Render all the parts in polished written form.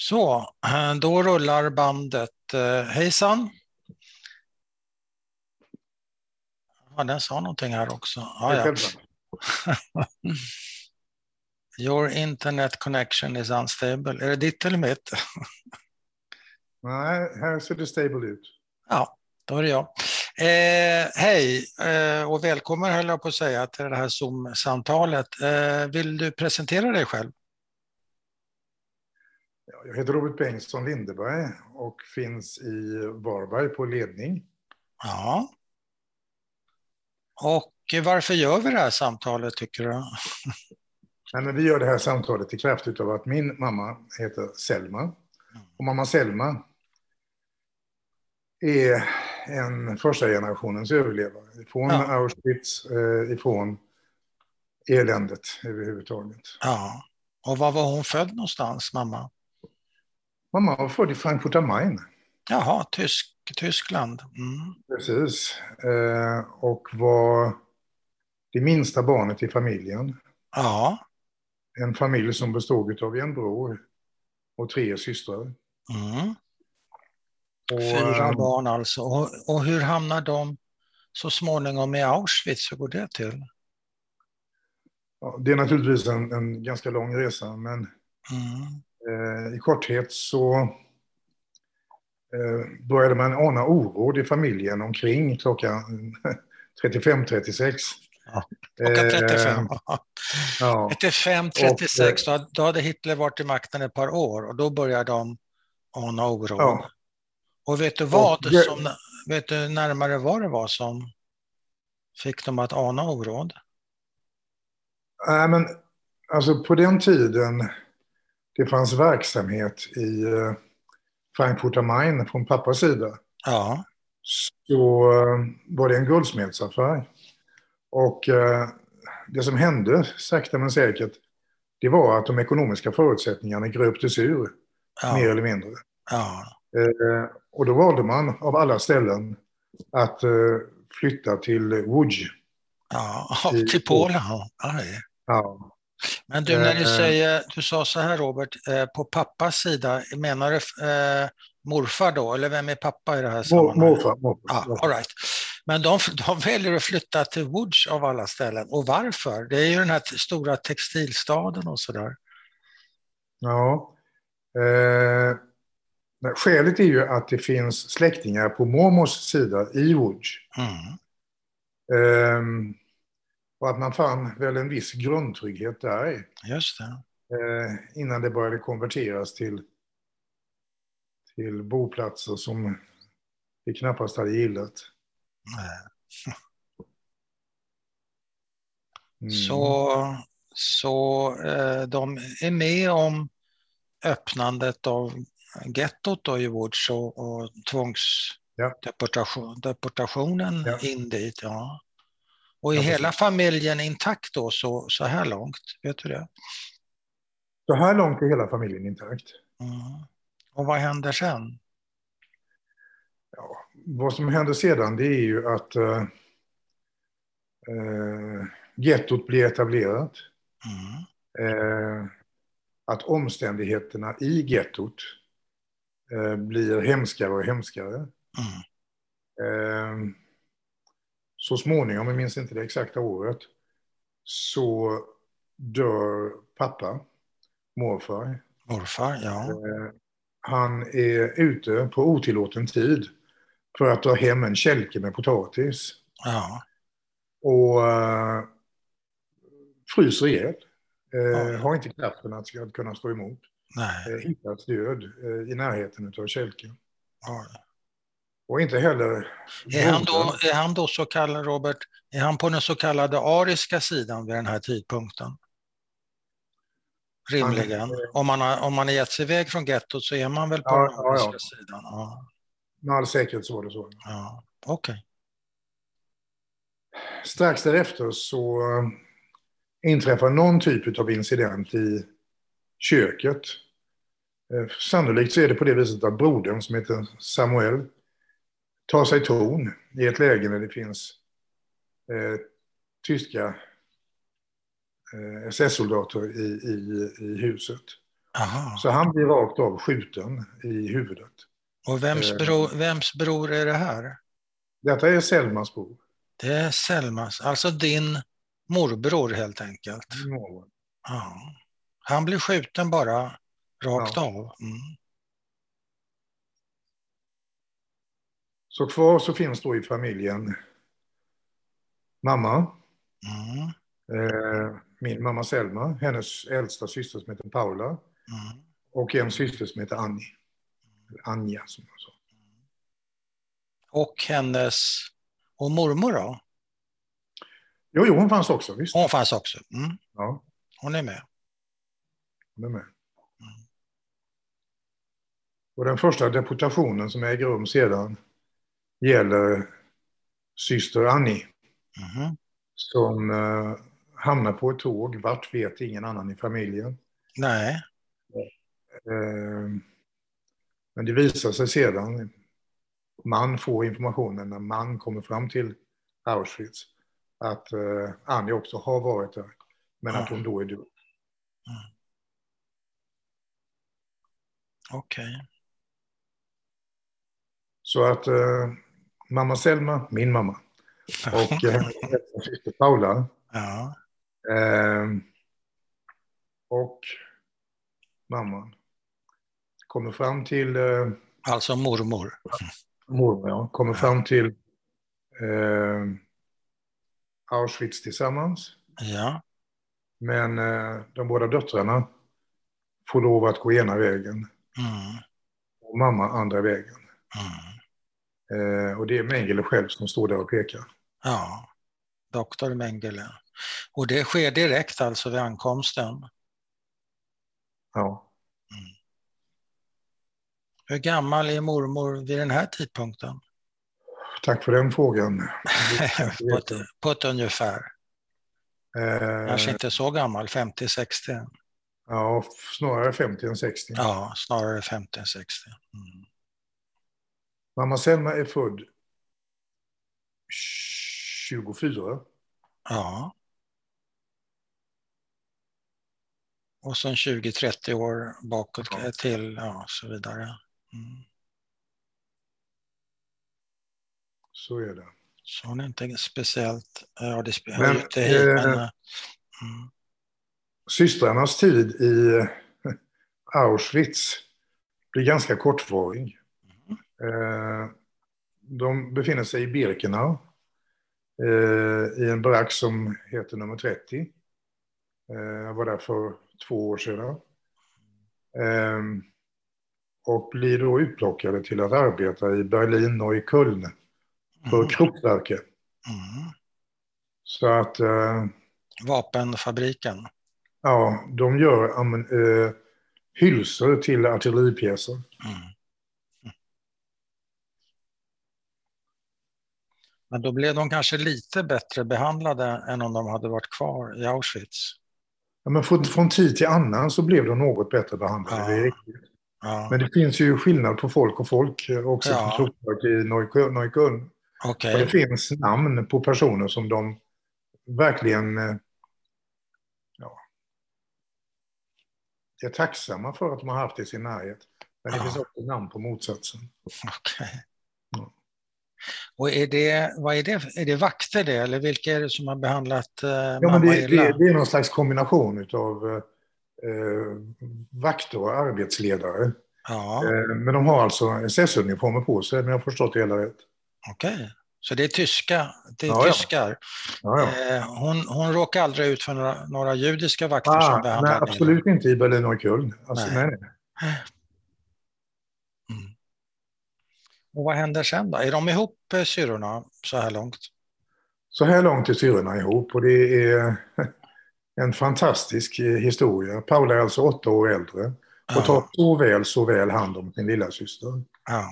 Så, då rullar bandet. Hejsan. Ja, den sa någonting här också. Det är Ja. självklart. Your internet connection is unstable. Är det ditt eller mitt? Nej, här ser det stable ut. Ja, då är det jag. Hej och välkommen höll jag på att säga till det här Zoom-samtalet. Vill du presentera dig själv? Jag heter Robert Bengtsson Lindeberg och finns i Varberg på ledning. Ja. Och varför gör vi det här samtalet tycker du? Nej, men vi gör det här samtalet i kraft av att min mamma heter Selma. Och mamma Selma är en första generationens överlevare. Från Auschwitz, ifrån eländet överhuvudtaget. Ja. Och var hon född någonstans, mamma? Mamma var född i Frankfurt am Main. Jaha, Tyskland. Precis. Och var det minsta barnet i familjen. Ja. En familj som bestod av en bror och 3 systrar. Och 4 barn alltså. Och hur hamnar de så småningom i Auschwitz? Hur går det till? Ja, det är naturligtvis en ganska lång resa, men i korthet så började man ana oråd i familjen omkring klockan 35-36. Ja, klockan 35. Ja. 35-36, då hade Hitler varit i makten ett par år och då började de ana oråd. Ja. Och vet du närmare vad det var som fick dem att ana oråd? Nej, men alltså på den tiden det fanns verksamhet i Frankfurt am Main från pappas sida. Ja. Så var det en guldsmedsaffär. Och det som hände sakta men säkert, det var att de ekonomiska förutsättningarna gröptes ur, mer eller mindre. Ja. Och då valde man av alla ställen att flytta till Łódź. Ja, till Polen. Ja. Men du, när du sa så här Robert, på pappas sida, menar du morfar då? Eller vem är pappa i det här sammanhanget? Morfar. Ja, all right. Men de väljer att flytta till Łódź av alla ställen. Och varför? Det är ju den här stora textilstaden och sådär. Ja. Skälet är ju att det finns släktingar på mormors sida i Łódź. Och att man fann väl en viss grundtrygghet där. Just det. Innan det började konverteras till boplatser som vi knappast hade gillat. Så de är med om öppnandet av gettot då i Łódź och tvångsdeportationen in dit. Ja. Och är hela familjen intakt då så här långt? Vet du det? Så här långt är hela familjen intakt. Och vad händer sen? Ja, vad som händer sedan det är ju att gettot blir etablerat. Att omständigheterna i gettot blir hemskare och hemskare. Så småningom, jag minns inte det exakta året, så dör pappa, morfar. Morfar, ja. Han är ute på otillåten tid för att dra hem en kälke med potatis. Ja. Och fryser ihjäl. Har inte kraften att kunna stå emot. Hittas död i närheten av kälken. Och inte heller... Är han då så kallad, Robert, är han på den så kallade ariska sidan vid den här tidpunkten? Rimligen. Om man är gett sig iväg från gettot så är man väl på den ariska sidan? Ja. Med all säkerhet så var det så. Ja, okej. Strax därefter så inträffar någon typ av incident i köket. Sannolikt så är det på det viset att brodern som heter Samuel tar sig ton i ett läge när det finns tyska SS-soldater i huset. Aha. Så han blir rakt av skjuten i huvudet. Och vems bror är det här? Detta är Selmas bror. Det är Selmas, alltså din morbror helt enkelt. Mormor. Ja. Han blir skjuten bara rakt Ja. av. Mm. Så kvar så finns då i familjen mamma, Mm. min mamma Selma, hennes äldsta syster som heter Paula Mm. och en syster som heter Annie. Anja som jag sa. Och mormor då? Jo, hon fanns också, visst. Hon fanns också. Mm. Ja, Hon är med. hon är med. Mm. Och den första deportationen som äger rum sedan gäller syster Annie Mm. som hamnar på ett tåg. Vart vet ingen annan i familjen. Nej. Men det visar sig sedan, man får informationen när man kommer fram till Auschwitz, att Annie också har varit där, men att hon då är död. Mm. Okej. Så att mamma Selma, min mamma, och hennes syster Paula, Ja. och mamman kommer fram till Alltså mormor. mormor, ja, kommer fram till Auschwitz tillsammans. Ja. Men de båda döttrarna får lov att gå ena vägen Mm. och mamma andra vägen. Mm. Och det är Mengele själv som står där och pekar. Ja, doktor Mengele. Och det sker direkt alltså vid ankomsten. Ja. Mm. Hur gammal är mormor vid den här tidpunkten? Tack för den frågan. på ett ungefär. Kanske inte så gammal, 50-60. Ja, snarare 50 än 60. Ja, snarare 50 än 60. Mm. Mamma Selma är född 24. Ja. Och sen 20-30 år bakåt till, ja, så vidare. Mm. Så är det. Så hon är inte speciellt, ja det hör Men, ju inte hit, men systrarnas tid i Auschwitz blir ganska kortvarig. De befinner sig i Birkenau, i en barack som heter nummer 30. Jag var där för 2 år sedan. Och blir då utplockade till att arbeta i Berlin och i Köln för Kruppwerke. Mm. Så att... Vapenfabriken. Ja, de gör hylsor till artilleripjäser. Mm. Men då blev de kanske lite bättre behandlade än om de hade varit kvar i Auschwitz. Ja, men från tid till annan så blev de något bättre behandlade, Ja. det är riktigt. Ja. Men det finns ju skillnad på folk och folk också på Kruppwerke i Neukölln. Okay. Och det finns namn på personer som de verkligen är tacksamma för att de har haft det i sin närhet. Men det finns också namn på motsatsen. Okay. Ja. Och är det vakter det, eller vilka är det som har behandlat mamma illa? Det är någon slags kombination av vakter och arbetsledare. Ja. Men de har alltså SS-uniformer på sig, men jag har förstått det hela rätt. Okej, så det är tyskar? Tyskar. Ja. Hon råkar aldrig ut för några judiska vakter som behandlade? Nej, absolut inte i Berlin och Köln. Alltså, nej. Mm. Och vad händer sen då? Är de ihop, syrrorna, så här långt? Så här långt är syrrorna ihop och det är en fantastisk historia. Paula är alltså 8 år äldre och tar så väl hand om sin lilla syster. Ja.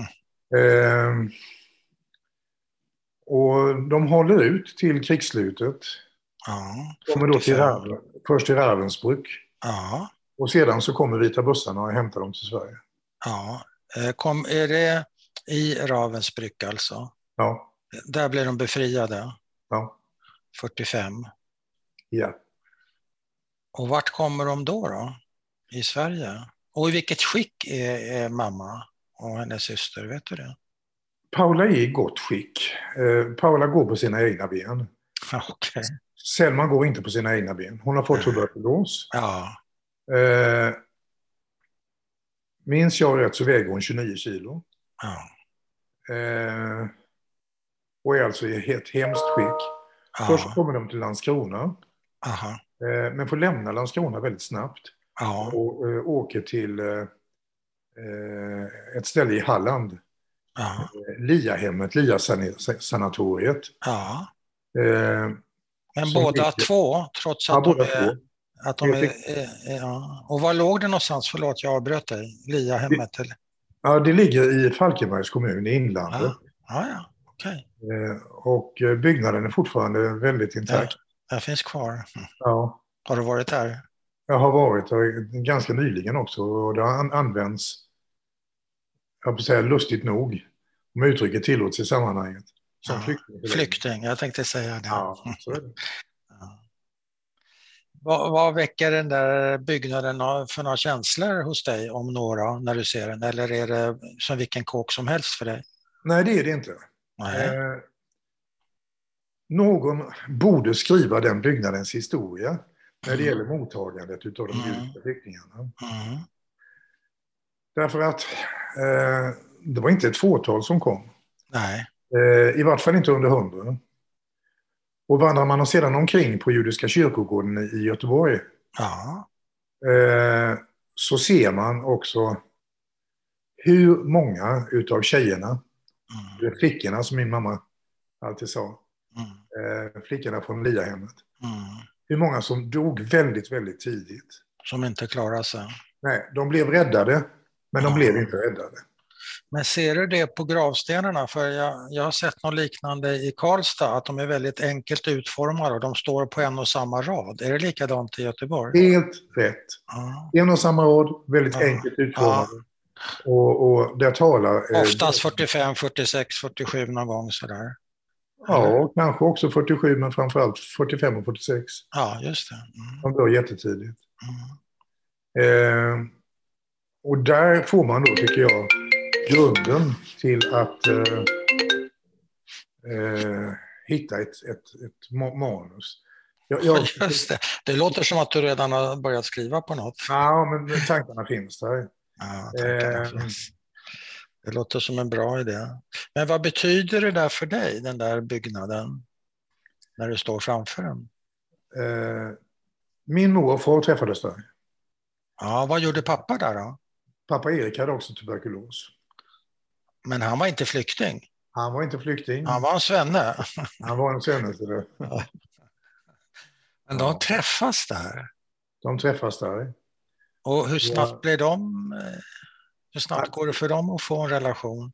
Och de håller ut till krigsslutet. Kommer då först till Ravensbrück. Ja. Och sedan så kommer Vita bussarna och hämtar dem till Sverige. Ja. Är det i Ravensbrück alltså? Ja. Där blir de befriade? Ja. 45? Ja. Och vart kommer de då? i Sverige. Och i vilket skick är mamma och hennes syster, vet du det? Paula är i gott skick. Paula går på sina egna ben. Okej. Selma går inte på sina egna ben. Hon har fått tuberkulos. Ja, Minns jag rätt så väger hon 29 kilo. ja, Och är alltså i ett hemskt skick. Först ja, kommer de till Landskrona. aha, Men får lämna Landskrona väldigt snabbt. ja, Och åker till ett ställe i Halland. ja, Liahemmet, Lia-sanatoriet. ja. Eh, Men som båda ligger- två, trots Ja, att båda två. de Helt ja. Och var låg det någonstans? Förlåt, jag avbröt dig. Liahemmet eller? Ja, det ligger i Falkenbergs kommun i inlandet. Ja, okej. Och byggnaden är fortfarande väldigt intakt. Den finns kvar. Ja, Har du varit där? jag har varit ganska nyligen också och det har använts, jag får säga lustigt nog, om uttrycket tillåts i sammanhanget, som flykting. Flykting, jag tänkte säga det. Ja, så är det. Ja. Vad väcker den där byggnaden för några känslor hos dig, om några, när du ser den? Eller är det som vilken kåk som helst för dig? Nej, det är det inte. Nej. Någon borde skriva den byggnadens historia när det gäller mottagandet av de judiska flyktingarna. Mm. Därför att det var inte ett fåtal som kom. Nej. I vart fall inte under 100. Och vandrar man sedan omkring på Judiska kyrkogården i Göteborg Ja. så ser man också hur många utav tjejerna, flickorna som min mamma alltid sa, flickorna från Liahemmet, hur många som dog väldigt, väldigt tidigt. Som inte klarar sig. Nej, de blev räddade, men de blev inte räddade. Men ser du det på gravstenarna? För jag har sett något liknande i Karlstad, att de är väldigt enkelt utformade och de står på en och samma rad. Är det likadant i Göteborg? Helt rätt. En och samma rad, väldigt enkelt utformade. Och där talar... Oftast 45, 46, 47 någon gång sådär. Ja, kanske också 47, men framförallt 45 och 46. Ja, just det. De dör jättetidigt. Och där får man då, tycker jag, grunden till att hitta ett manus. Just det. Det låter som att du redan har börjat skriva på något. Ja, men tankarna finns där. Ja, tankarna finns. Det låter som en bra idé. Men vad betyder det där för dig, den där byggnaden, när du står framför den? Min mor och far träffades där. Ja, vad gjorde pappa där då? Pappa Erik hade också tuberkulos. Men han var inte flykting? Han var inte flykting. Han var en svenne. Han var en svenne. Men de träffas där? De träffas där. Och hur snabbt blir de? Hur snabbt går det för dem att få en relation?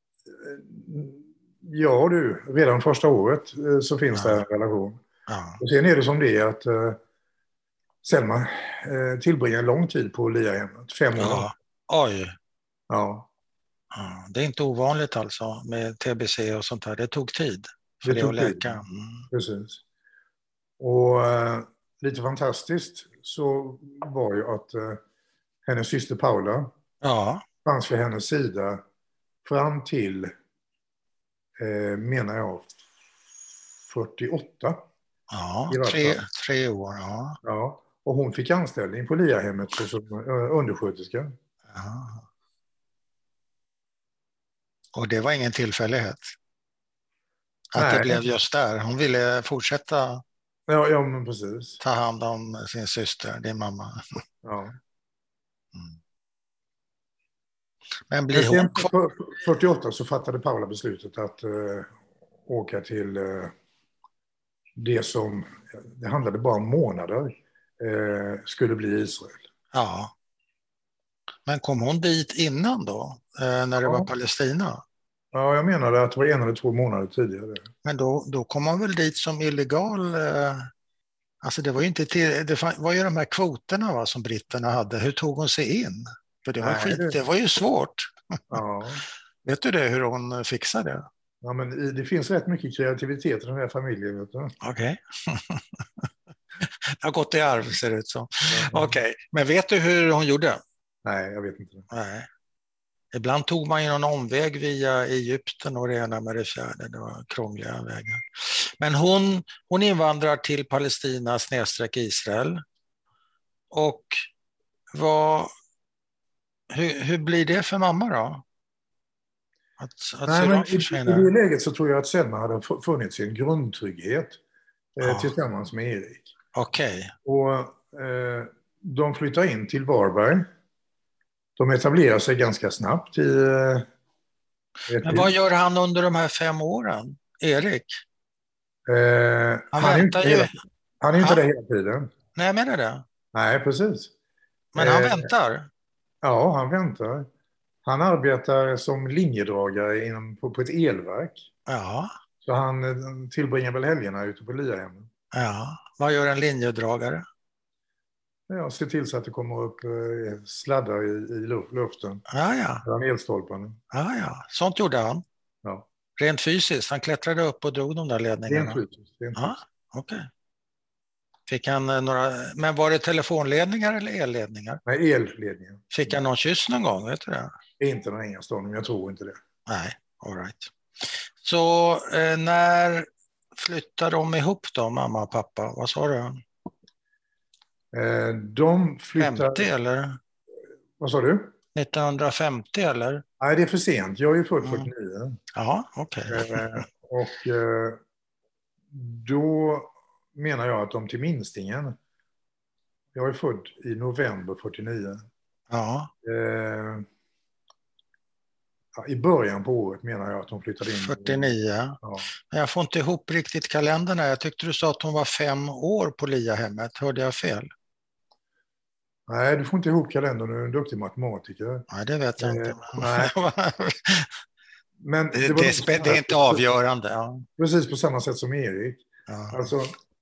Ja du, redan första året så finns det en relation. Ja. Och sen är det som det är att Selma tillbringar lång tid på Liahemmet, 5 år. Ja. Oj. Ja. Ja, det är inte ovanligt alltså med TBC och sånt där. Det tog tid för det att läka. Precis. Och lite fantastiskt så var ju att hennes syster Paula fanns vid hennes sida fram till, menar jag, 48. Ja, 3 år. Ja. Ja, och hon fick anställning på Liahemmet som undersköterska. Ja. Och det var ingen tillfällighet att det blev just där. Hon ville fortsätta men precis. ta hand om sin syster, din mamma. Ja. Men blir hon kvar? 48 så fattade Paula beslutet att åka till det som, det handlade bara om månader, skulle bli Israel. Ja. Men kom hon dit innan då, när det var Palestina? Ja, jag menade att det var 1 eller 2 månader tidigare. Men då kom man väl dit som illegal... Alltså det var ju inte det var ju de här kvoterna som britterna hade. Hur tog hon sig in? För det var det var ju svårt. Ja. Vet du det, hur hon fixade det? Ja, men det finns rätt mycket kreativitet i den här familjen. Okej. Det har gått i arv, ser det ut som. Ja. Okej, men vet du hur hon gjorde? Nej, jag vet inte. Nej. Ibland tog man ju någon omväg via Egypten och det ena med det fjärde. Det var krångliga vägar. Men hon invandrar till Palestina / Israel. Och hur blir det för mamma då? Att Nej, men Syrah i försvinner? det läget så tror jag att Selma hade funnits i en grundtrygghet Ja. tillsammans med Erik. Okej. Och de flyttar in till Varberg. De etablerar sig ganska snabbt i Men vad gör han under de här 5 åren, Erik? Han är väntar ju. Han är inte där hela tiden. Nej, jag menar det. Nej, precis. Men han väntar. Ja, han väntar. Han arbetar som linjedragare på ett elverk. Ja. Så han tillbringar väl helgerna ute på Liahemmet. Ja. Vad gör en linjedragare? Ja, se till så att det kommer upp sladdar i luften. Ja. Bland elstolparna. Ja. Sånt gjorde han. Ja. Rent fysiskt. Han klättrade upp och drog de där ledningarna. Rent fysiskt. Ja, okej. Fick han men var det telefonledningar eller elledningar? Nej, elledningar. Fick han någon kyss någon gång, vet du det? Inte någon engelsk men jag tror inte det. Nej, all right. Så när flyttade de ihop då, mamma och pappa? Vad sa du? De flyttar... 50 eller? Vad sa du? 1950 eller? Nej, det är för sent. Jag är född 49. Ja, okej. Och då menar jag att de till minstingen... Jag är född i november 49. Ja. I början på året menar jag att de flyttade in. 49. Ja. Jag får inte ihop riktigt kalendern här. Jag tyckte du sa att hon var 5 år på Liahemmet. Hörde jag fel? Nej, du får inte ihop kalendern. Du är en duktig matematiker. Nej, det vet jag inte. Nej. Men det är inte avgörande. Ja. Precis på samma sätt som Erik. Ja. Alltså,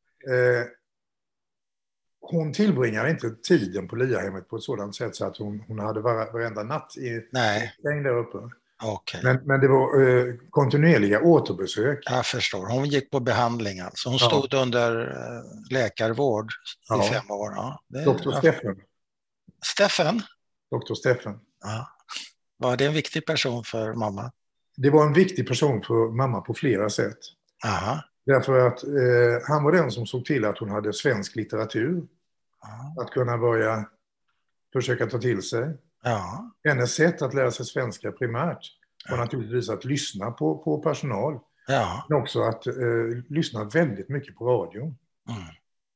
hon tillbringar inte tiden på Liahemmet på ett sådant sätt så att hon hade varenda natt i stäng där uppe. Okay. Men det var kontinuerliga återbesök. Jag förstår. Hon gick på behandling alltså. Hon stod under läkarvård i 5 år. Ja, Dr. Steffen. Steffen? Dr. Steffen. Ja. Var det en viktig person för mamma? Det var en viktig person för mamma på flera sätt. Aha. Därför att han var den som såg till att hon hade svensk litteratur. Ja. Att kunna börja försöka ta till sig. Ja. Hennes sätt att lära sig svenska primärt var naturligtvis att lyssna på personal. Ja. Men också att lyssna väldigt mycket på radio. Mm.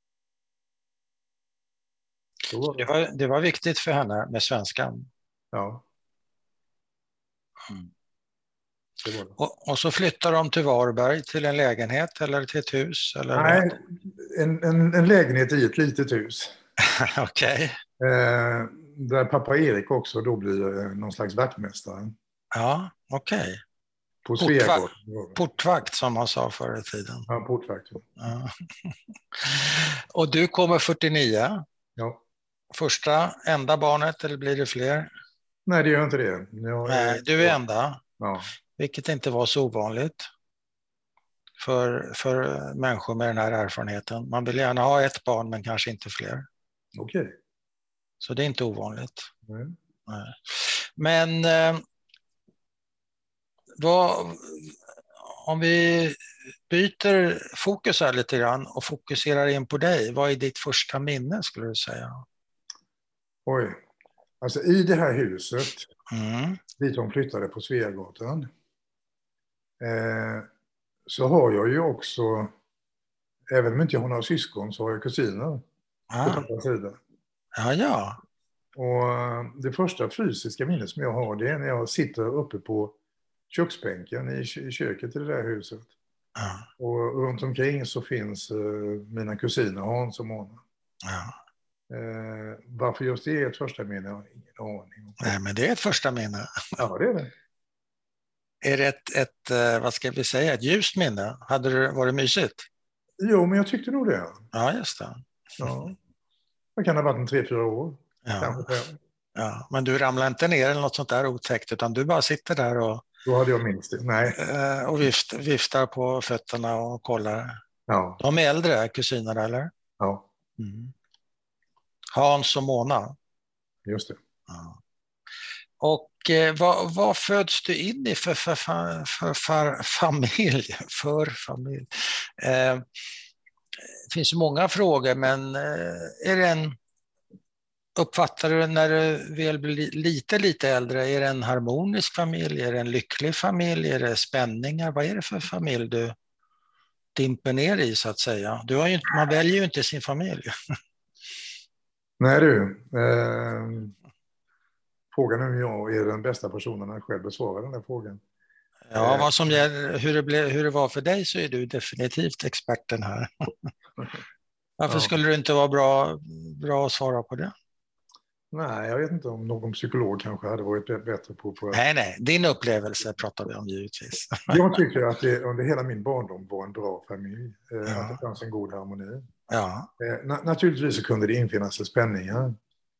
Det var viktigt för henne med svenskan. Ja. Mm. Och så flyttar de till Varberg till en lägenhet eller till ett hus? Eller nej, en lägenhet i ett litet hus. Okej. Där pappa Erik också då blir någon slags vaktmästare. Ja, okej. På Sveagård. Portvakt som man sa förr i tiden. Ja, portvakt. Ja. Och du kommer 49? Ja. Första, enda barnet eller blir det fler? Nej, det gör inte det. Nej, du är enda. Ja. Vilket inte var så ovanligt för människor med den här erfarenheten. Man vill gärna ha ett barn men kanske inte fler. Okej. Så det är inte ovanligt. Mm. Nej. Men om vi byter fokus här lite grann och fokuserar in på dig. Vad är ditt första minne skulle du säga? Oj. Alltså i det här huset dit de flyttade på Sveagatan så har jag ju också, även om inte jag har några syskon så har jag kusiner på pappas sida. Ja. Och det första fysiska minnet som jag har det är när jag sitter uppe på köksbänken i köket i det där huset. Ja. Och runt omkring så finns mina kusiner Hans och Mona. Ja. Varför just det är ett första minne har jag ingen aning om. Nej, men det är ett första minne. Ja, det är det. Är det ett vad ska vi säga, ett ljust minne? Var det mysigt? Jo, men jag tyckte nog det. Ja, just det. Ja. Det kan ha varit en 3-4 år. Ja, men du ramlar inte ner eller något sånt där otäckt utan du bara sitter där och då hade jag minst det. Nej. Och viftar på fötterna och kollar. Ja. De är äldre, kusinerna eller? Ja. Mm. Hans och Mona. Just det. Ja. Och vad föds du in i för familj? För familj. Det finns ju många frågor, men är det uppfattar du när du väl blir lite äldre, är det en harmonisk familj? Är det en lycklig familj? Är det spänningar? Vad är det för familj du dimper ner i, så att säga? Man väljer ju inte sin familj. Nej du, frågan är om jag är den bästa personen att själv besvara den här frågan. Ja, vad som gäller, hur det var för dig, så är du definitivt experten här. Varför Ja. skulle det inte vara bra att svara på det? Nej, jag vet inte om någon psykolog kanske hade varit bättre på att... Nej, din upplevelse pratar vi om givetvis. Jag tycker att det under hela min barndom var en bra familj, Ja. att det fanns en god harmoni. Ja. Naturligtvis så kunde det infinna sig spänningar.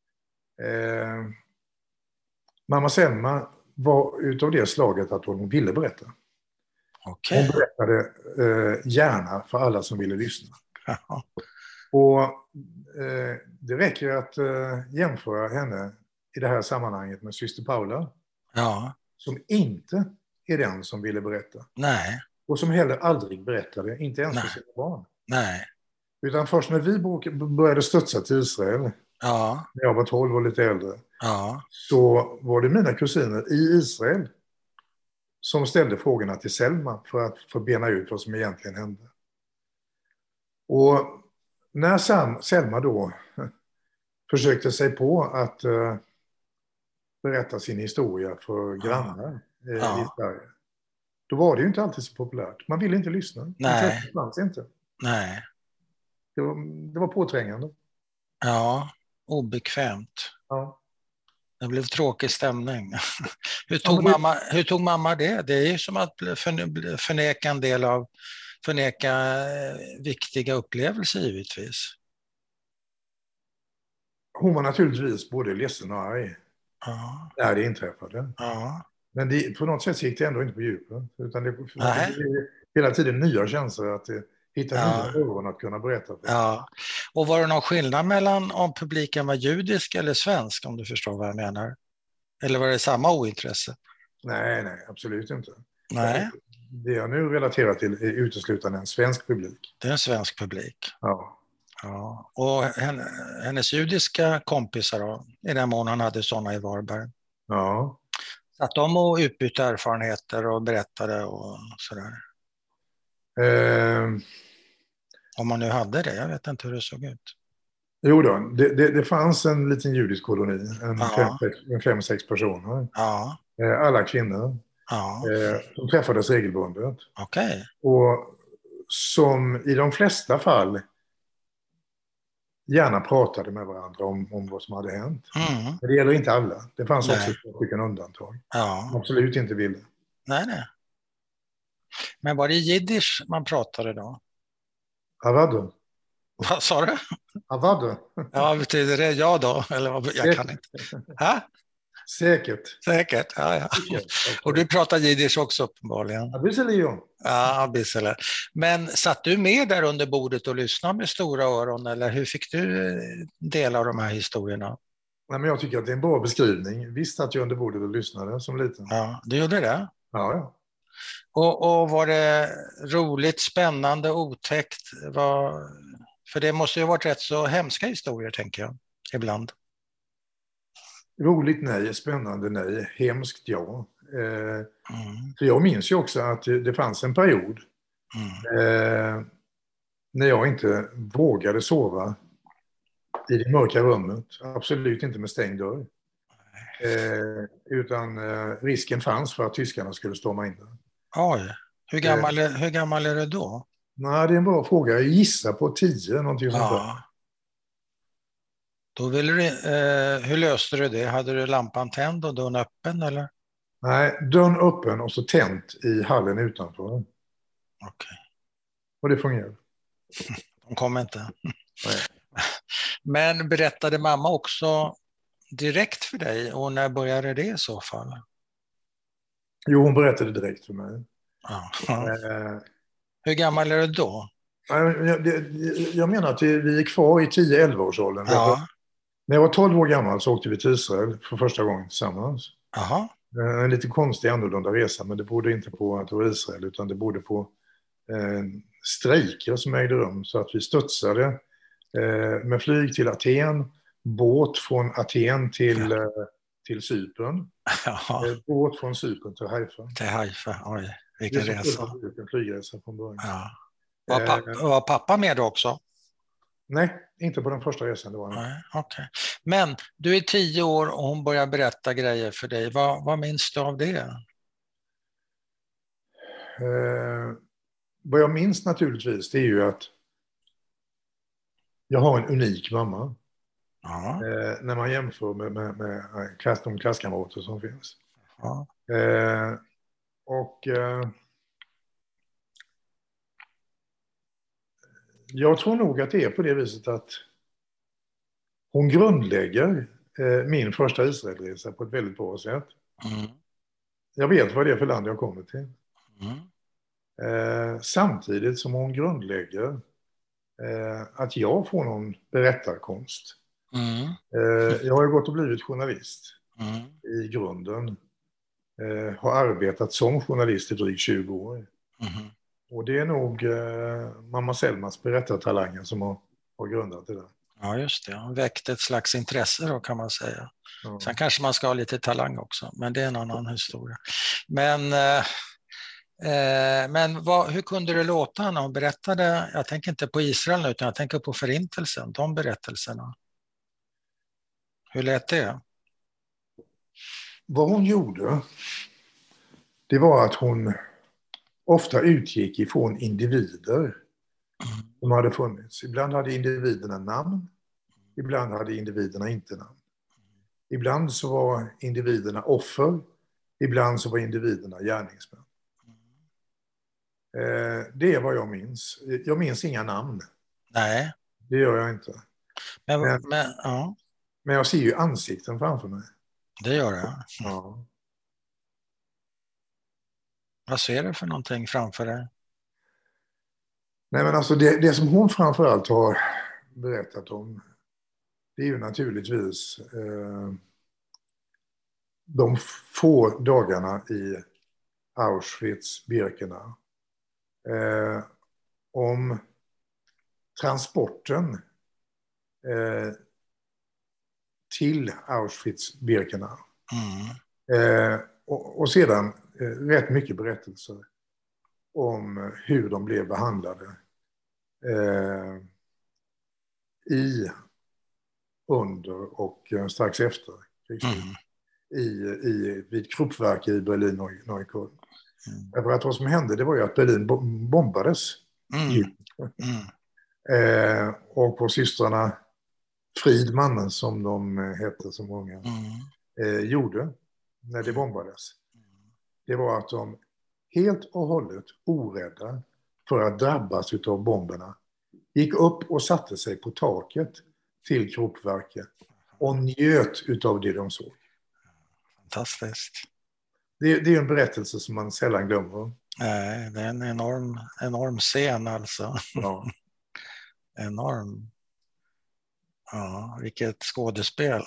Mamma Selma var utav det slaget att hon ville berätta. Okay. Hon berättade gärna för alla som ville lyssna. Ja. Och det räcker att jämföra henne i det här sammanhanget med syster Paula. Ja. Som inte är den som ville berätta. Nej. Och som heller aldrig berättade, inte ens Nej. för sina barn. Nej. Utan först när vi började studsa till Israel, Ja. när jag var 12 och lite äldre, Ja. så var det mina kusiner i Israel som ställde frågorna till Selma för att få bena ut vad som egentligen hände. Och när Selma då försökte sig på att berätta sin historia för grannar i Sverige, då var det ju inte alltid så populärt. Man ville inte lyssna. Nej. Det fanns inte. Nej. Det var påträngande. Ja, obekvämt. Ja. Det blev tråkig stämning. Hur tog mamma det? Det är ju som att förneka viktiga upplevelser, givetvis. Hon var naturligtvis både ledsen och arg när det inträffade. Ja. Men på något sätt gick det ändå inte på djupet. Utan det hela tiden nya känslor att hitta nya ögon att kunna berätta för. Ja. Och var det någon skillnad mellan om publiken var judisk eller svensk, om du förstår vad jag menar? Eller var det samma ointresse? Nej, absolut inte. Nej. Det jag nu relaterar till är uteslutande en svensk publik. Det är en svensk publik. Ja. Ja. Och hennes judiska kompisar då, i den mån han hade sådana i Varberg. Ja. Att de och utbytte erfarenheter och berättade och sådär. Om man nu hade det, jag vet inte hur det såg ut. Jo då, det fanns en liten judisk koloni, en 5-6 personer. Ja. Alla kvinnor. Ja. De träffades regelbundet. Okay. Och som i de flesta fall gärna pratade med varandra om vad som hade hänt. Mm. Men det gäller inte alla. Det fanns också ett undantag. Ja. Absolut inte ville. Nej. Men var det jiddisch man pratade då? Avadu. Vad sa du? Avadu. Ja, betyder det ja då? Eller vad? Jag kan inte. Ha? Säkert. Ja. Och du pratar jiddisch också uppenbarligen? Abysselion. Ja, abyssele. Men satt du med där under bordet och lyssnade med stora öron, eller hur fick du del av de här historierna? Nej, men jag tycker att det är en bra beskrivning. Visst satt jag under bordet och lyssnade som liten. Ja, du gjorde det? Ja. Och var det roligt, spännande, otäckt? För det måste ju ha varit rätt så hemska historier, tänker jag, ibland. Roligt nej, spännande nej, hemskt ja. För jag minns ju också att det fanns en period när jag inte vågade sova i det mörka rummet. Absolut inte med stängd dörr. Utan risken fanns för att tyskarna skulle storma in där. Oj, hur gammal är du då? Nej, det är en bra fråga. Jag gissar på 10, någonting sånt där. Då ville du, hur löste du det? Hade du lampan tänd och dörren öppen, eller? Nej, dörren öppen och så tänt i hallen utanför. Okej. Och det fungerade. De kom inte. Nej. Men berättade mamma också direkt för dig, och när började det i så fall? Jo, hon berättade direkt för mig. Hur gammal är du då? Jag menar att vi är kvar i 10-11-årsåldern. Ja, När jag var 12 år gammal så åkte vi till Israel för första gången tillsammans. jaha. En lite konstig, annorlunda resa, men det berodde inte på att det var Israel, utan det berodde på strejker som ägde rum. Så att vi studsade med flyg till Aten, båt från Aten till Cypern, Jaha, båt från Cypern till Haifa. till Haifa. Oj, Det vilken som resa. en flygresa från början. Ja. Eh, Var pappa med då också? nej, inte på den första resan. Det var han. Nej, okay. Men du är 10 år och hon börjar berätta grejer för dig. Vad minns du av det? Vad jag minns naturligtvis, det är ju att jag har en unik mamma. Ja, När man jämför med de klasskamrater som finns. ja. Jag tror nog att det är på det viset att hon grundlägger min första Israelresa på ett väldigt bra sätt. Mm. Jag vet vad det är för land jag kommer till. Mm. Samtidigt som hon grundlägger att jag får någon berättarkonst. Mm. Jag har ju gått och blivit journalist Mm. i grunden. Har arbetat som journalist i drygt 20 år. Mm. Och det är nog mamma Selmas berättartalanger som har grundat det där. Ja, just det. Hon väckte ett slags intresse då, kan man säga. Ja. Sen kanske man ska ha lite talang också, men det är en annan historia. Men hur kunde det låta när hon berättade? Jag tänker inte på Israel nu, utan jag tänker på förintelsen, de berättelserna. Hur lät det? Vad hon gjorde, det var att hon ofta utgick ifrån individer som hade funnits. Ibland hade individerna namn, ibland hade individerna inte namn. Ibland så var individerna offer, ibland så var individerna gärningsmän. Det är vad jag minns. Jag minns inga namn. Nej. Det gör jag inte. Ja. Men jag ser ju ansikten framför mig. Det gör jag. Ja. Vad ser du för någonting framför dig? Nej, men alltså det som hon framförallt har berättat om, det är ju naturligtvis de få dagarna i Auschwitz-Birkenau. Om transporten till Auschwitz-Birkenau. Och sedan rätt mycket berättelser om hur de blev behandlade under och strax efter krigslutet. Vid Kruppwerk i Berlin och Neukölln. Därför att vad som hände, det var ju att Berlin bombades. Och på systrarna Friedman, som de hette som många, gjorde när det bombades. Det var att de helt och hållet orädda för att drabbas av bomberna gick upp och satte sig på taket till Kruppwerket och njöt av det de såg. Fantastiskt. Det är en berättelse som man sällan glömmer. Nej, det är en enorm scen alltså. Ja. Enorm. Ja, vilket skådespel.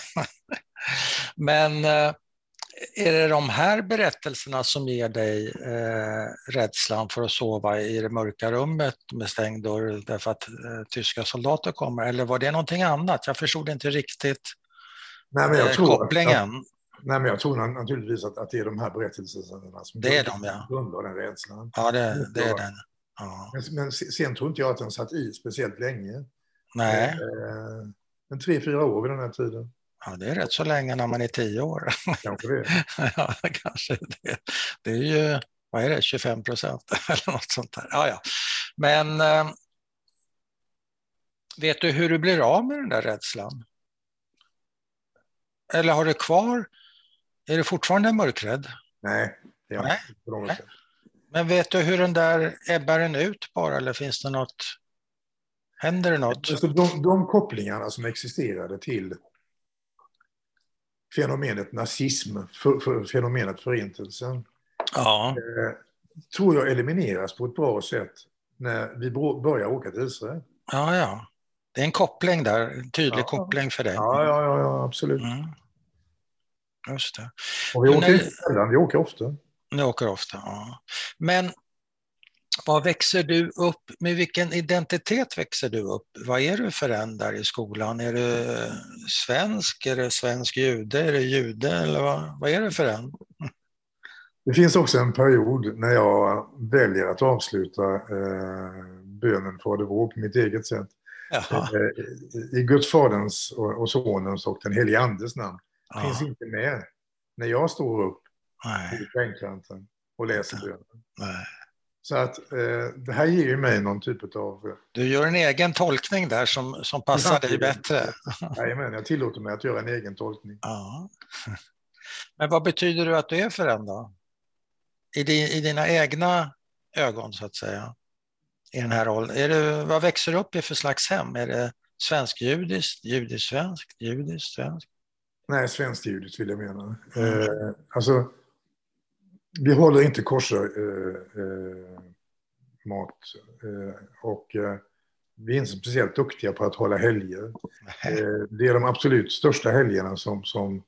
Men är det de här berättelserna som ger dig rädslan för att sova i det mörka rummet med stängd dörr därför att tyska soldater kommer? Eller var det någonting annat? Jag förstod inte riktigt kopplingen. Nej, men jag tror naturligtvis att det är de här berättelserna som det är de, ja. grundar den rädslan. Ja, det är den. Ja. Men sen tror inte jag att den satt i speciellt länge. Nej. Men 3-4 år vid den här tiden. Ja, det är rätt så länge när man är 10 år. Kanske det. Ja, kanske det. Det är ju, vad är det, 25% eller något sånt där. Ja. Men vet du hur du blir av med den där rädslan? Eller har du kvar? Är du fortfarande mörkrädd? Nej, det är inte på något sätt. Men vet du hur den där ebbar den ut bara, eller finns det något? Händer det något? Alltså de kopplingarna som existerade till fenomenet nazism, för fenomenet förintelsen, tror jag elimineras på ett bra sätt när vi börjar åka till Israel. Ja, ja. Det är en koppling där, en tydlig Ja. koppling för dig. Ja, absolut. Just det. Och vi åker inte sällan, vi åker ofta. Ni åker ofta, ja. Men vad växer du upp, med vilken identitet växer du upp? Vad är du för en där i skolan? Är du svensk? Är du svensk jude? Är du jude? Eller vad är du för en? Det finns också en period när jag väljer att avsluta bönen Fader vår på mitt eget sätt. I Guds faderns och sonens och den helige andes namn. Finns inte med när jag står upp i bänkkanten och läser bönen. Nej. Så att det här ger ju mig någon typ av... Du gör en egen tolkning där som passar dig bättre. Jajamän, jag tillåter mig att göra en egen tolkning. Ja. Men vad betyder det att du är för en då? I dina egna ögon så att säga. I den här rollen. Vad växer du upp i för slags hem? Är det svensk-judiskt, judisk-svenskt, judiskt-svenskt? Nej, svenskt-judiskt vill jag mena. Alltså, vi håller inte korsar mat och vi är inte speciellt duktiga på att hålla helger. Det är de absolut största helgerna som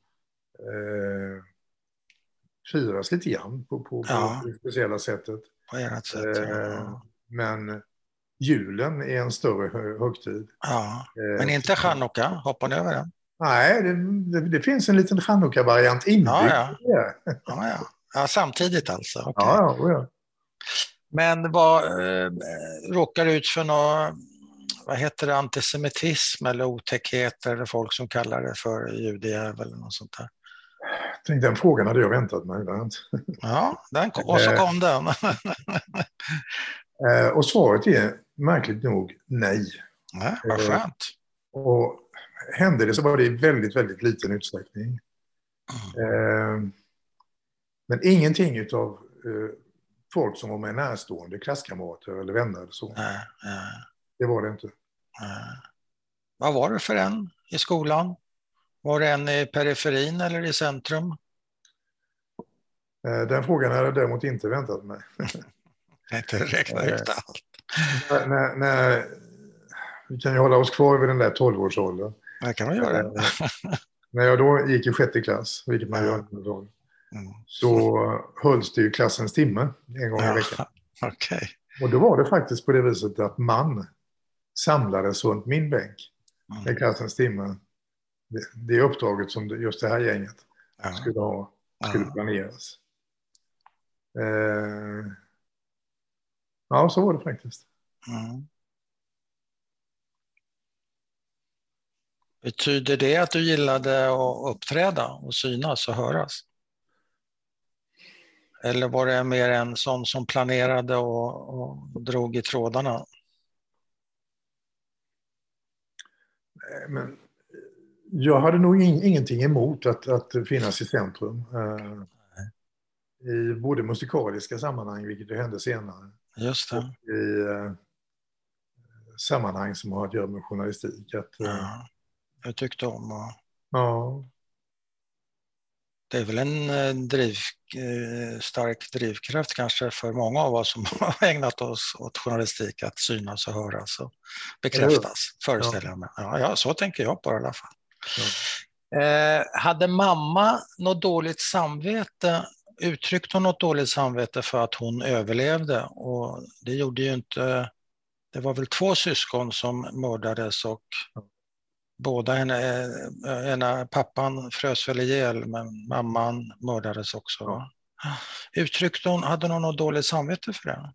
firas lite grann på det speciella sättet. På ert sätt, Men julen är en större högtid. Ja. Men inte Chanukka, hoppar ni över den? Nej, det finns en liten Chanukka-variant inbyggd. Ja, samtidigt alltså. Okay. Ja. Men råkar du ut för vad heter det, antisemitism eller otäckheter eller folk som kallar det för judejävel eller något sånt där? Tänk, den frågan hade jag väntat mig. Ja, och så kom den. Och svaret är märkligt nog nej. Ja, vad skönt. Och hände det så var det i väldigt, väldigt liten utsträckning. Men ingenting utav folk som var med närstående, klasskamrater eller vänner eller så. Det var det inte. Vad var det för en i skolan? Var det en i periferin eller i centrum? Den frågan hade jag däremot inte väntat mig. Inte räkna ut allt. Vi kan ju hålla oss kvar vid den där 12-årsåldern. Det kan man göra. När jag då gick i 6:e klass, vilket man gör då, så hölls det ju klassens timme en gång i veckan. Okay. Och då var det faktiskt på det viset att man samlades runt min bänk med klassens timme. Det uppdraget som just det här gänget skulle planeras. Ja, så var det faktiskt. Betyder det att du gillade att uppträda och synas och höras? Eller var det mer en sån som planerade och drog i trådarna? Men jag hade nog ingenting emot att finnas i centrum. I både musikaliska sammanhang, vilket det hände senare. Just det. Och i sammanhang som har att göra med journalistik. Jag tyckte om. Ja. Det är väl en stark drivkraft kanske för många av oss som har ägnat oss åt journalistik att synas och höras och bekräftas, föreställer jag mig. Ja, så tänker jag på det i alla fall. Hade mamma något dåligt samvete? Uttryckte hon något dåligt samvete för att hon överlevde? Och det gjorde ju inte... Det var väl 2 syskon som mördades och båda pappan frös väl ihjäl, men mamman mördades också. Va? Hade hon något dåligt samvete för det?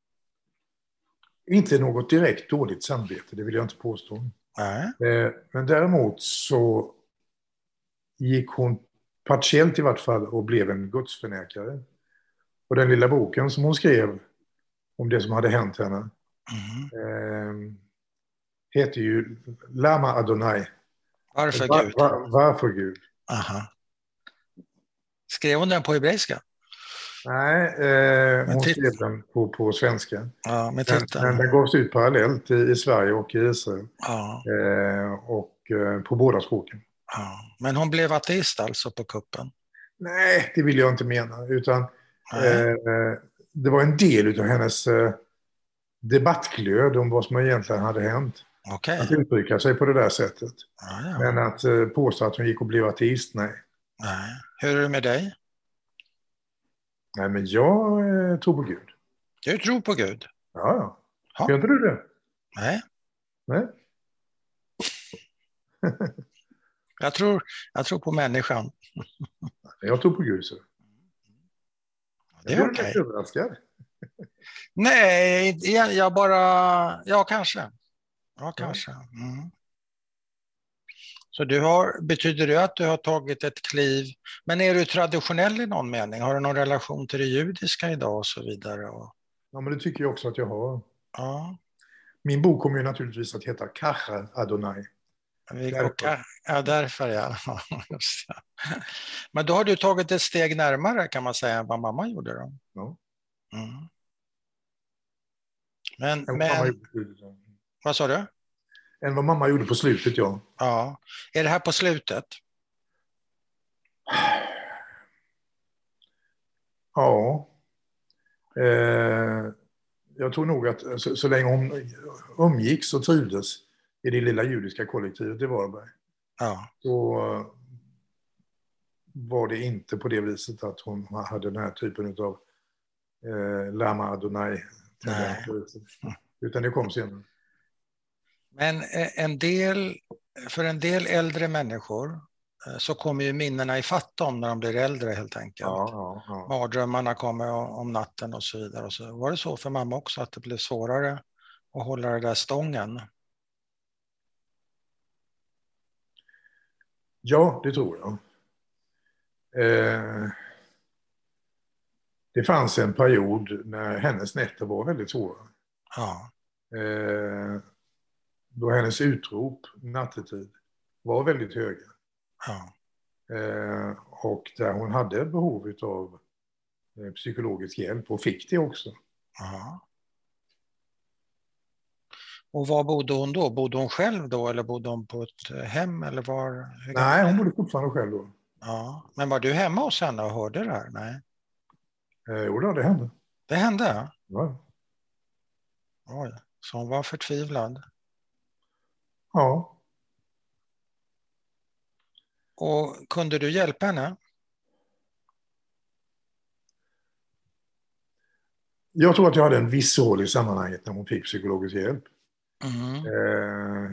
Inte något direkt dåligt samvete, det vill jag inte påstå. Nej. Men däremot så gick hon partiellt i vart fall och blev en gudsförnekare. Och den lilla boken som hon skrev om det som hade hänt henne heter ju Lama Adonai. Varför Gud? Varför Gud? Aha. Skrev hon den på hebreiska? Nej, hon skrev den på svenska. Ja, med men den gavs ut parallellt i Sverige och i Israel. Ja. Och på båda språken. Ja. Men hon blev ateist alltså på kuppen? Nej, det vill jag inte mena. Utan det var en del av hennes debattglöd om vad som egentligen hade hänt. Okej. Att uttrycka sig på det där sättet. Ja, ja. Men att påstå att hon gick och blev ateist, nej. Nej. Hur är det med dig? Nej, men jag tror på Gud. Du tror på Gud? Ja, ja. Ja. Gör inte du det? Nej. Nej. Jag tror på människan. Jag tror på Gud, så. Det är jag okej. Rätt överraskad. Nej, jag bara... Ja, kanske. Ja, kanske. Mm. Så betyder det att du har tagit ett kliv? Men är du traditionell i någon mening? Har du någon relation till det judiska idag och så vidare? Ja, men det tycker jag också att jag har. Ja. Min bok kommer ju naturligtvis att heta Kachar Adonai. Därför ja. Just det. Men då har du tagit ett steg närmare kan man säga än vad mamma gjorde då. Ja. Mm. Vad sa du? Än vad mamma gjorde på slutet, ja. Ja. Är det här på slutet? Ja. Jag tror nog att så länge hon umgicks och trivdes i det lilla judiska kollektivet i Varberg, så var det inte på det viset att hon hade den här typen av Lama Adonai. Utan det kom senare. Men för en del äldre människor så kommer ju minnena i fatt dem när de blir äldre helt enkelt. Ja. Mardrömmarna kommer om natten och så vidare. Och så var det så för mamma också att det blev svårare att hålla det där stången? Ja, det tror jag. Det fanns en period när hennes nätter var väldigt svåra. Ja. Då hennes utrop nattetid var väldigt höga. Ja. Och där hon hade behov av psykologisk hjälp och fick det också. Ja. Och var bodde hon då? Bodde hon själv då eller bodde hon på ett hem? Eller var? Nej, hon bodde fortfarande själv då. Ja. Men var du hemma hos henne och hörde det här? Nej. Jo då, det hände. Det hände? Ja. Oj, så hon var förtvivlad? Ja. Och kunde du hjälpa henne? Jag tror att jag hade en viss roll i sammanhanget när hon fick psykologisk hjälp. Mm.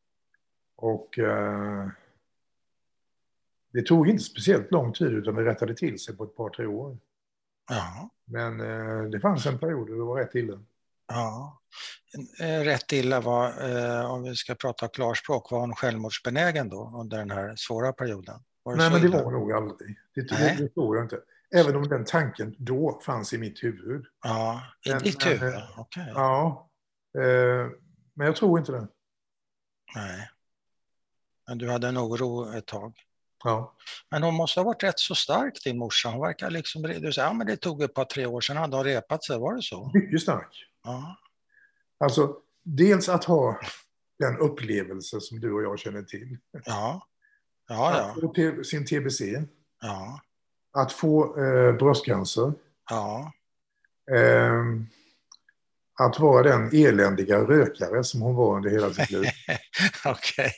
Det tog inte speciellt lång tid utan det rättade till sig på ett par, 3 år. Ja. Men det fanns en period där det var rätt illa. Ja. Rätt illa var, om vi ska prata klarspråk, var hon självmordsbenägen då under den här svåra perioden? Nej, men det var nog aldrig. Det tror jag inte. Även om den tanken då fanns i mitt huvud. Ja, i ditt huvud? Okay. Ja, men jag tror inte det. Nej. Men du hade en oro ett tag? Ja. Men hon måste ha varit rätt så stark, din morsa. Hon verkar liksom, du säger, ja men det tog ett par, 3 år sedan hade hon repat sig, var det så? Mycket stark. Ja. Alltså, dels att ha den upplevelse som du och jag känner till. Ja. Att få sin TBC. Ja. Att få bröstcancer. Ja. Att vara den eländiga rökare som hon var under hela sitt liv. Okej.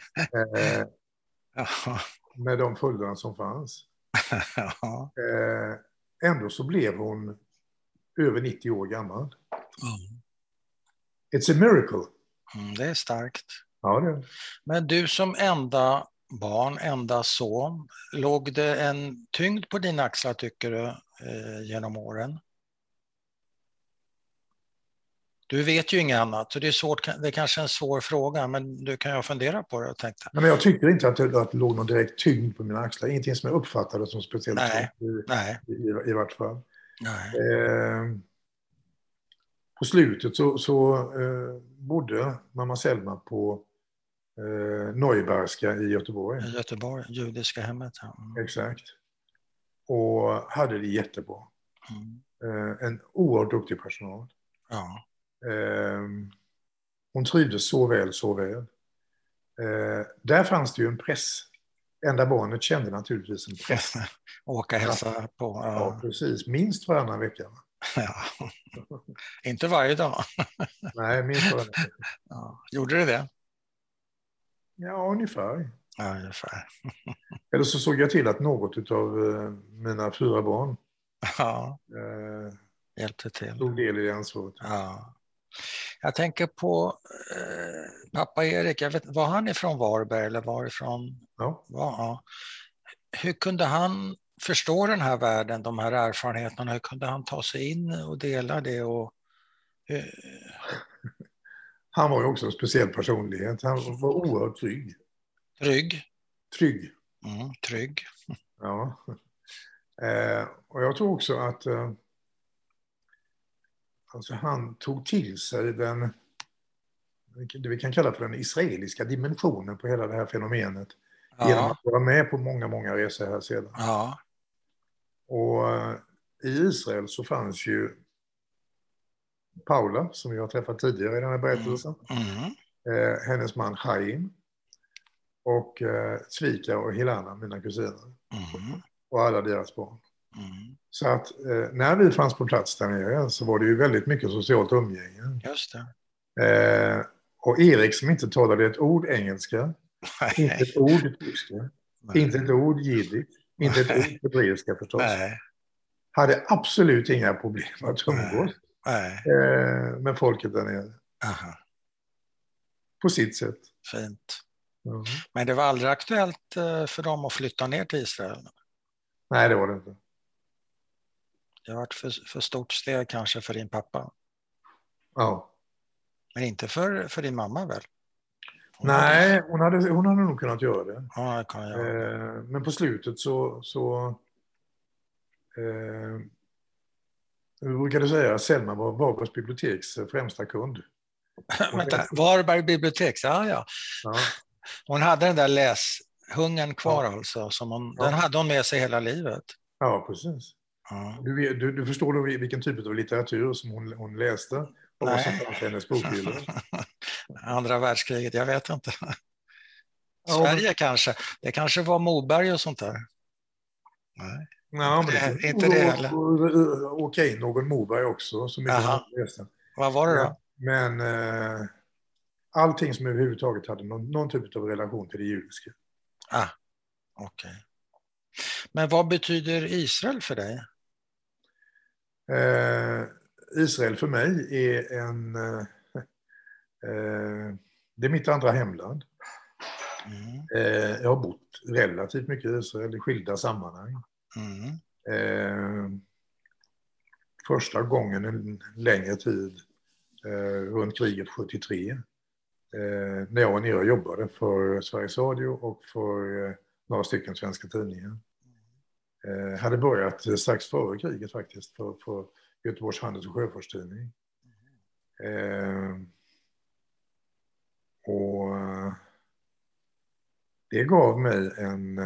Med de följderna som fanns. Ja. Ändå så blev hon över 90 år gammal. It's a miracle. Det är starkt. Ja, det är. Men du som enda barn, enda son, låg det en tyngd på dina axlar tycker du genom åren? Du vet ju inget annat, så det är svårt, det är kanske en svår fråga, men du kan ju fundera på det och tänka. Men jag tycker inte att det låg någon direkt tyngd på mina axlar. Ingenting som jag uppfattade som speciellt i vart fall. Nej. På slutet så bodde mamma Selma på Neubergska i Göteborg. I Göteborg, judiska hemmet. Ja. Exakt. Och hade det jättebra. En oerhört duktig personal. Ja. Hon trivdes så väl. Där fanns det ju en press. Enda barnet kände naturligtvis en press. Åka hälsa på. Ja, precis. Minst varannan vecka. Ja. Inte varje dag. Nej, minst var det. Ja. Gjorde du det? Ja, ungefär. Ja, ungefär. Eller så såg jag till att något av mina 4 barn Ja, eh, hjälpte till. tog del i det ansvaret. Ja. Jag tänker på pappa Erik, jag vet, var han ifrån Varberg eller varifrån? Ja. Ja. Hur kunde han förstå den här världen, de här erfarenheterna? Hur kunde han ta sig in och dela det? Och, Han var ju också en speciell personlighet. Han var oerhört trygg. trygg? Trygg. Trygg. Ja. Och jag tror också att alltså han tog till sig det vi kan kalla för den israeliska dimensionen på hela det här fenomenet. Ja. Genom att vara med på många, många resor här sedan. Ja. Och i Israel så fanns ju Paula, som vi har träffat tidigare i den här berättelsen. Hennes man Chaim. Och Svika och Helena, mina kusiner. Och alla deras barn. Så att när vi fanns på plats där nere så var det ju väldigt mycket socialt umgänge. Just det. Och Erik som inte talade ett ord engelska, inte ett ord tyska, inte ett ord jiddisch, inte ett ord hebreiska förstås. Hade absolut inga problem att umgås med folket där nere. Aha. På sitt sätt. Fint. Ja. Men det var aldrig aktuellt för dem att flytta ner till Israel? Nej, det var det inte. Det har varit för stort steg kanske för din pappa. Ja. Men inte för din mamma väl? Hon hade nog kunnat göra det. Ja, det kan jag. Men på slutet så vi brukade säga att Selma var Varbergs biblioteks främsta kund. Vänta, Varberg bibliotek, ja. Hon hade den där läshungern kvar alltså. Den hade hon med sig hela livet. Ja, precis. Ja. Du förstår då vilken typ av litteratur som hon läste och vad som fanns i hennes bokhyllor. Andra världskriget, jag vet inte. Sverige kanske. Det kanske var Moberg och sånt där. Nej. Ja, men inte det heller. Okej, någon Moberg också. Så mycket som läste. Vad var det då? Men allting som överhuvudtaget hade någon typ av relation till det judiska. Okej. Men vad betyder Israel för dig? Israel för mig är det är mitt andra hemland. Jag har bott relativt mycket i Israel i skilda sammanhang. Första gången en längre tid runt kriget 73 när jag var nere och jobbade för Sveriges Radio och för några stycken svenska tidningar. Hade börjat strax före kriget faktiskt för Göteborgs Handels- och Sjöfartstidning. Och det gav mig en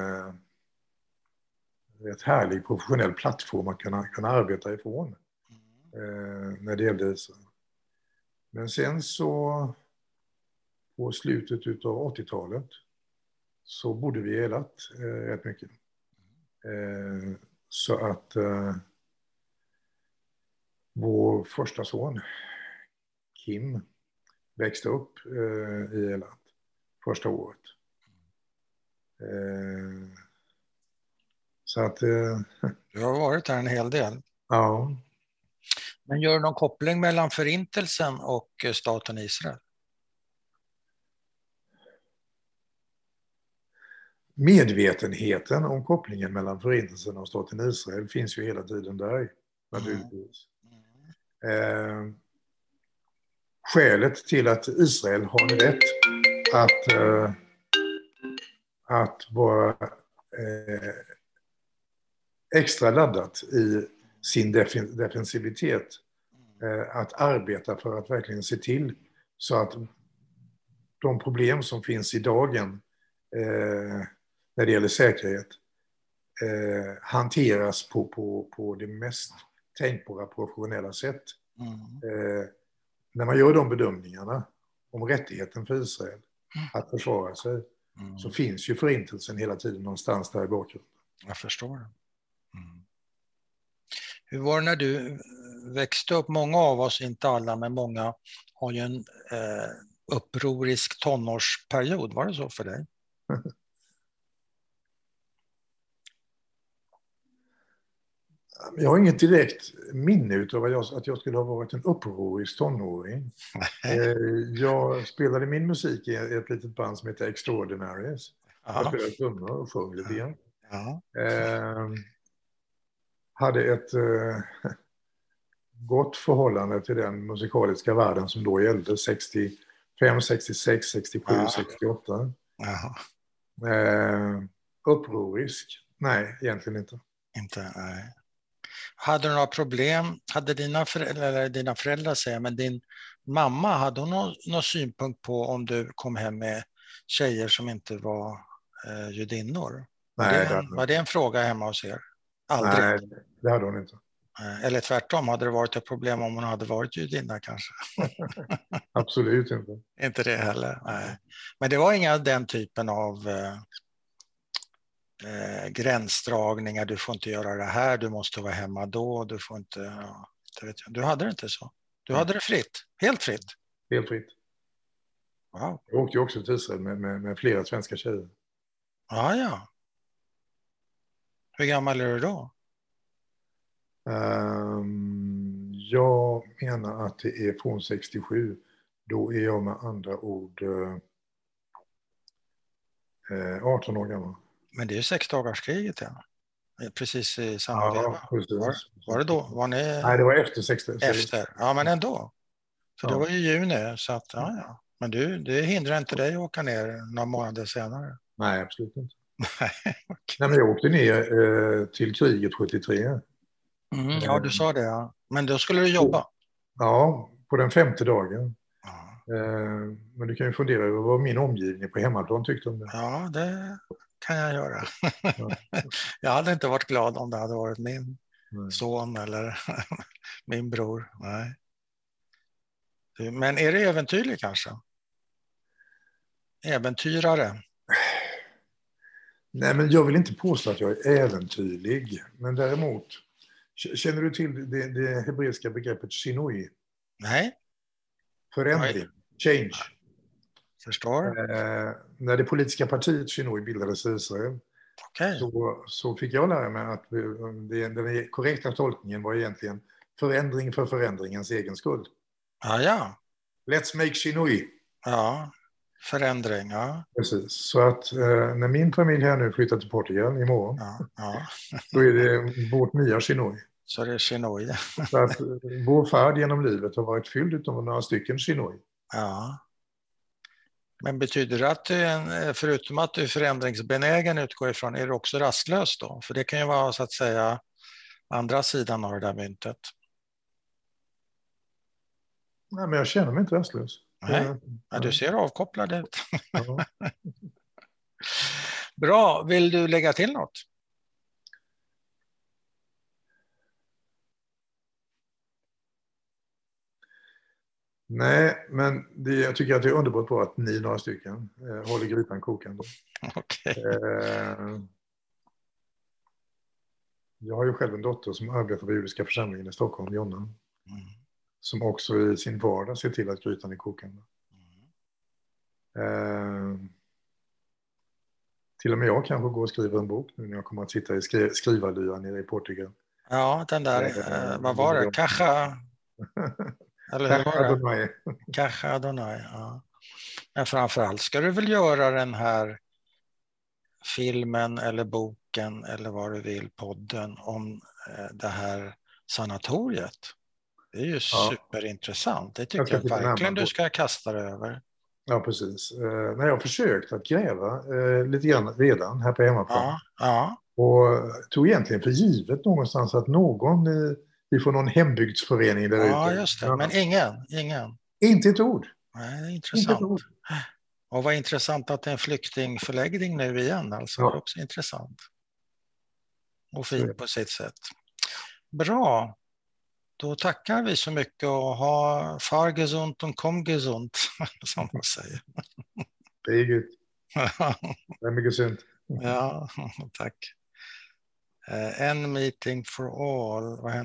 rätt härlig professionell plattform att kunna arbeta ifrån när det gällde Israel. Men sen så på slutet av 80-talet så bodde vi i Eilat rätt mycket. Så att vår första son Kim växte upp i Eilat första året. Så att du har varit här en hel del. Ja. Men gör du någon koppling mellan förintelsen och staten Israel? Medvetenheten om kopplingen mellan förintelsen och staten Israel finns ju hela tiden där, naturligtvis. Skälet till att Israel har rätt att vara extra laddat i sin defensivitet, att arbeta för att verkligen se till så att de problem som finns i dagen när det gäller säkerhet hanteras på det mest tänkbara professionella sätt. När man gör de bedömningarna om rättigheten för Israel att försvara sig så finns ju förintelsen hela tiden någonstans där i bakgrunden. Jag förstår. Hur var det när du växte upp, många av oss, inte alla, men många har ju en upprorisk tonårsperiod. Var det så för dig? Jag har inget direkt minne av att jag skulle ha varit en upprorisk tonåring. Jag spelade min musik i ett litet band som heter Extraordinaries. Jag Ja. spelade trummor och sjöng lite grann. Ja. Hade ett gott förhållande till den musikaliska världen som då gällde 65, 66, 67, Ja. 68. Jaha. Upprorisk? Nej, egentligen inte. Inte, nej. Hade du några problem? Hade dina föräldrar säger, men din mamma, hade hon någon synpunkt på om du kom hem med tjejer som inte var judinnor? Var det en fråga hemma hos er? Aldrig? Nej, det hade hon inte. Eller tvärtom, hade det varit ett problem om hon hade varit judinna kanske? Absolut inte. Inte det heller, nej. Men det var inga den typen av gränsdragningar, du får inte göra det här, du måste vara hemma då, du får inte, ja, det vet jag. Du hade det inte så. Du hade det fritt, helt fritt. Helt fritt. Wow. Jag åkte ju också till Israel med flera svenska tjejer. Ja, ja. Hur gammal är du då? Jag menar att det är från 67. Då är jag med andra ord 18 år gammal. Men det är ju sexdagarskriget, ja. Precis i samma veva. Var det då? Var ni... Nej, det var efter 60. Efter? Ja, men ändå. För det Ja. var ju juni, så att, ja. Men det hindrar inte dig att åka ner några månader senare. Nej, absolut inte. Nej, okay. Nej, men jag åkte ner till kriget 73. Ja, du sa det, ja. Men då skulle du jobba? Ja, på den 5:e dagen. Ja. Men du kan ju fundera över vad min omgivning på hemmaplan tyckte om det. Ja, det kan jag göra. Ja. Jag hade inte varit glad om det hade varit min son eller min bror. Nej. Men är det äventyrlig kanske? Äventyrare? Nej, men jag vill inte påstå att jag är äventyrlig. Men däremot, känner du till det hebreiska begreppet shinui? Nej. Förändring, change. Förstår. När det politiska partiet Shinui bildades i Israel så fick jag lära mig att den korrekta tolkningen var egentligen förändring för förändringens egen skull. Ja. Let's make Shinui. Ja, förändring, ja. Precis, så att när min familj här nu flyttar till Portugal imorgon, då är det vårt nya Shinui. Så det är Shinui. Så att vår färd genom livet har varit fylld av några stycken Shinui. Ja. Men betyder det att du, förutom att du är förändringsbenägen utgår ifrån, är du också rastlös då? För det kan ju vara så att säga andra sidan av det där myntet. Nej, men jag känner mig inte rastlös. Nej, du ser avkopplad ut. Ja. Bra, vill du lägga till något? Nej, men jag tycker att det är underbart på att ni några stycken håller grytan kokande. Okay. Jag har ju själv en dotter som arbetar på judiska församlingen i Stockholm, Jonna. Som också i sin vardag ser till att grytan är kokande. Till och med jag kanske går och skriver en bok nu när jag kommer att sitta i skrivarlyan nere i Portugal. Ja, den där, vad var det? Kacha? Eller hur var det? Kacha Adonai, ja. Men framförallt ska du väl göra den här filmen eller boken eller vad du vill, podden om det här sanatoriet. Det är ju superintressant. Det tycker jag verkligen du ska kasta dig över. Ja, precis. När jag har försökt att gräva lite grann redan här på hemmaplan. Ja. Och tog egentligen för givet någonstans att någon ifrån någon hembygdsförening där ute. Ja, just det. Men ingen. Inte ett ord. Nej, det är intressant. Och vad intressant att det är en flyktingförläggning nu igen. Alltså. Det är också intressant. Och fint på sitt sätt. Bra. Då tackar vi så mycket och ha far gesund och kom gesund, som man säger. Det är gud. Det är mycket sunt. Ja, tack. En meeting for all.